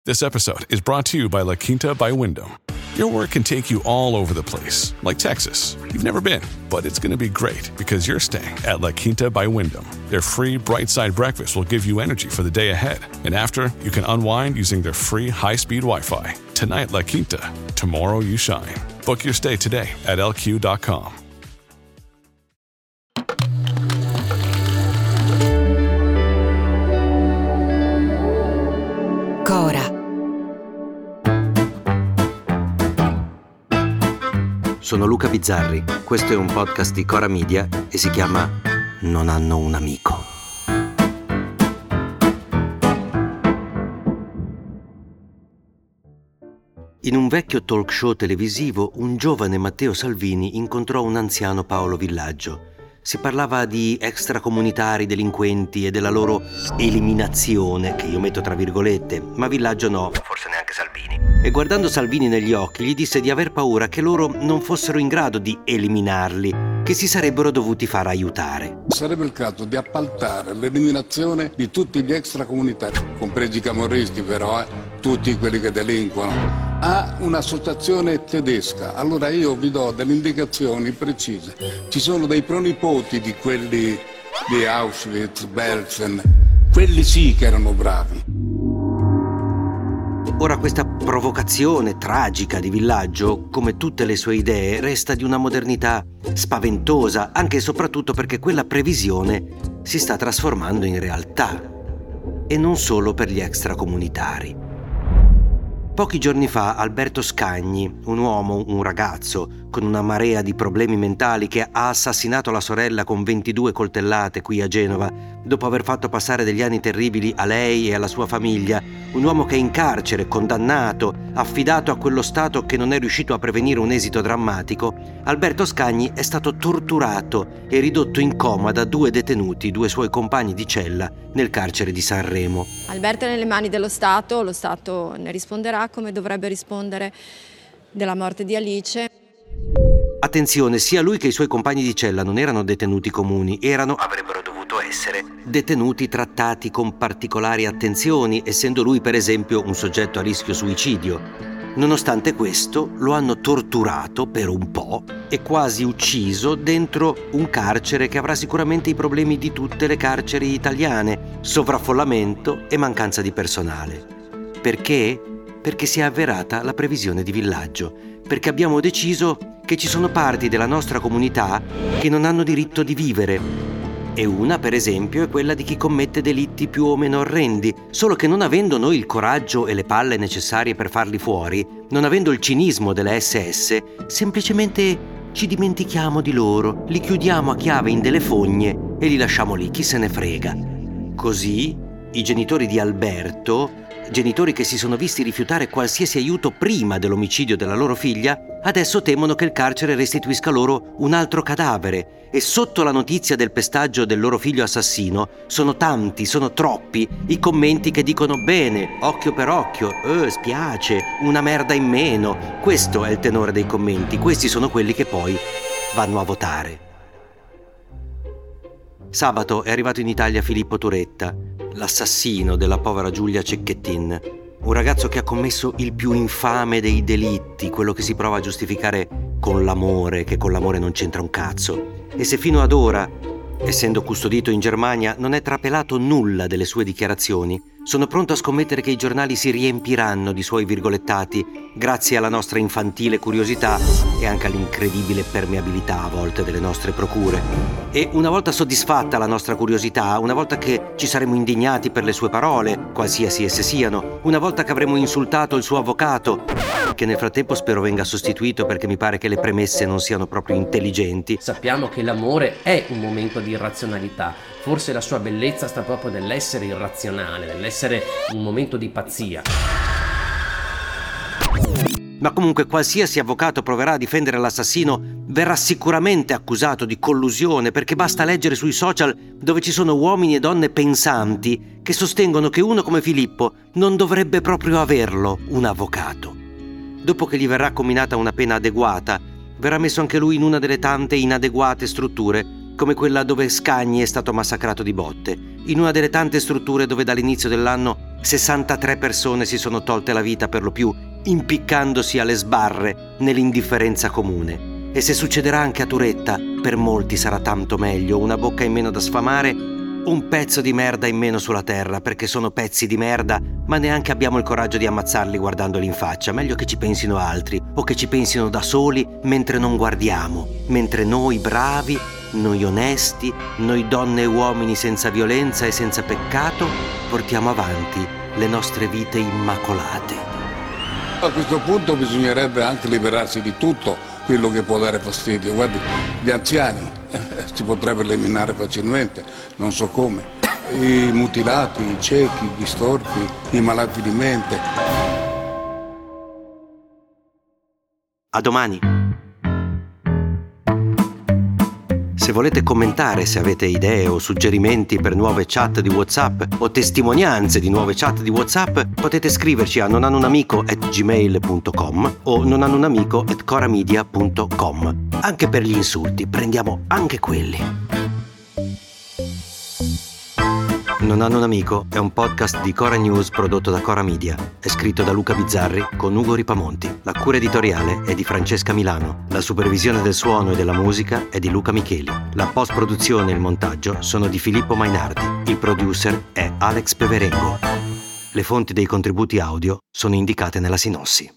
This episode is brought to you by La Quinta by Wyndham. Your work can take you all over the place, like Texas. You've never been, but it's going to be great because you're staying at La Quinta by Wyndham. Their free Bright Side breakfast will give you energy for the day ahead. And after, you can unwind using their free high-speed Wi-Fi. Tonight, La Quinta. Tomorrow, you shine. Book your stay today at lq.com. Cora. Sono Luca Bizzarri, questo è un podcast di Cora Media e si chiama Non hanno un amico. In un vecchio talk show televisivo, un giovane Matteo Salvini incontrò un anziano Paolo Villaggio. Si parlava di extracomunitari delinquenti e della loro eliminazione, che io metto tra virgolette, ma Villaggio no, forse neanche Salvini. E guardando Salvini negli occhi gli disse di aver paura che loro non fossero in grado di eliminarli, che si sarebbero dovuti far aiutare. Sarebbe il caso di appaltare l'eliminazione di tutti gli extracomunitari, compresi i camorristi però, tutti quelli che delinquono, a un'associazione tedesca. Allora io vi do delle indicazioni precise. Ci sono dei pronipoti di quelli di Auschwitz, Belsen, quelli sì che erano bravi. Ora questa provocazione tragica di Villaggio, come tutte le sue idee, resta di una modernità spaventosa, anche e soprattutto perché quella previsione si sta trasformando in realtà. E non solo per gli extracomunitari. Pochi giorni fa Alberto Scagni, un uomo, un ragazzo, con una marea di problemi mentali che ha assassinato la sorella con 22 coltellate qui a Genova, dopo aver fatto passare degli anni terribili a lei e alla sua famiglia, un uomo che è in carcere, condannato, affidato a quello Stato che non è riuscito a prevenire un esito drammatico, Alberto Scagni è stato torturato e ridotto in coma da 2 detenuti, 2 suoi compagni di cella, nel carcere di Sanremo. Alberto è nelle mani dello Stato, lo Stato ne risponderà come dovrebbe rispondere della morte di Alice. Attenzione, sia lui che i suoi compagni di cella non erano detenuti comuni, avrebbero dovuto essere detenuti trattati con particolari attenzioni, essendo lui per esempio un soggetto a rischio suicidio. Nonostante questo, lo hanno torturato per un po' e quasi ucciso dentro un carcere che avrà sicuramente i problemi di tutte le carceri italiane: sovraffollamento e mancanza di personale. Perché? Perché si è avverata la previsione di Villaggio, perché abbiamo deciso che ci sono parti della nostra comunità che non hanno diritto di vivere. E una, per esempio, è quella di chi commette delitti più o meno orrendi, solo che non avendo noi il coraggio e le palle necessarie per farli fuori, non avendo il cinismo delle SS, semplicemente ci dimentichiamo di loro, li chiudiamo a chiave in delle fogne e li lasciamo lì, chi se ne frega. Così i genitori di Alberto, genitori che si sono visti rifiutare qualsiasi aiuto prima dell'omicidio della loro figlia, adesso temono che il carcere restituisca loro un altro cadavere, e sotto la notizia del pestaggio del loro figlio assassino sono tanti, sono troppi i commenti che dicono: bene, occhio per occhio, spiace, una merda in meno. Questo è il tenore dei commenti, questi sono quelli che poi vanno a votare. Sabato è arrivato in Italia Filippo Turetta, l'assassino della povera Giulia Cecchettin, un ragazzo che ha commesso il più infame dei delitti, quello che si prova a giustificare con l'amore, che con l'amore non c'entra un cazzo. E se fino ad ora, essendo custodito in Germania, non è trapelato nulla delle sue dichiarazioni, sono pronto a scommettere che i giornali si riempiranno di suoi virgolettati grazie alla nostra infantile curiosità e anche all'incredibile permeabilità a volte delle nostre procure. E una volta soddisfatta la nostra curiosità, una volta che ci saremo indignati per le sue parole, qualsiasi esse siano, una volta che avremo insultato il suo avvocato, che nel frattempo spero venga sostituito perché mi pare che le premesse non siano proprio intelligenti. Sappiamo che l'amore è un momento di irrazionalità. Forse la sua bellezza sta proprio nell'essere irrazionale, nell'essere un momento di pazzia. Ma comunque qualsiasi avvocato proverà a difendere l'assassino verrà sicuramente accusato di collusione, perché basta leggere sui social dove ci sono uomini e donne pensanti che sostengono che uno come Filippo non dovrebbe proprio averlo un avvocato. Dopo che gli verrà comminata una pena adeguata, verrà messo anche lui in una delle tante inadeguate strutture, come quella dove Scagni è stato massacrato di botte, in una delle tante strutture dove dall'inizio dell'anno 63 persone si sono tolte la vita, per lo più impiccandosi alle sbarre nell'indifferenza comune. E se succederà anche a Turetta, per molti sarà tanto meglio, una bocca in meno da sfamare, un pezzo di merda in meno sulla terra, perché sono pezzi di merda, ma neanche abbiamo il coraggio di ammazzarli guardandoli in faccia. Meglio che ci pensino altri, o che ci pensino da soli mentre non guardiamo, mentre noi bravi, noi onesti, noi donne e uomini senza violenza e senza peccato, portiamo avanti le nostre vite immacolate. A questo punto bisognerebbe anche liberarsi di tutto quello che può dare fastidio. Guardi, gli anziani si potrebbe eliminare facilmente, non so come, i mutilati, i ciechi, gli storpi, i malati di mente. A domani! Se volete commentare, se avete idee o suggerimenti per nuove chat di WhatsApp o testimonianze di nuove chat di WhatsApp, potete scriverci a nonhanunamico@gmail.com o nonhanunamico@coramedia.com. Anche per gli insulti, prendiamo anche quelli. Non hanno un amico è un podcast di Cora News prodotto da Cora Media. È scritto da Luca Bizzarri con Ugo Ripamonti. La cura editoriale è di Francesca Milano. La supervisione del suono e della musica è di Luca Micheli. La post-produzione e il montaggio sono di Filippo Mainardi. Il producer è Alex Peverengo. Le fonti dei contributi audio sono indicate nella sinossi.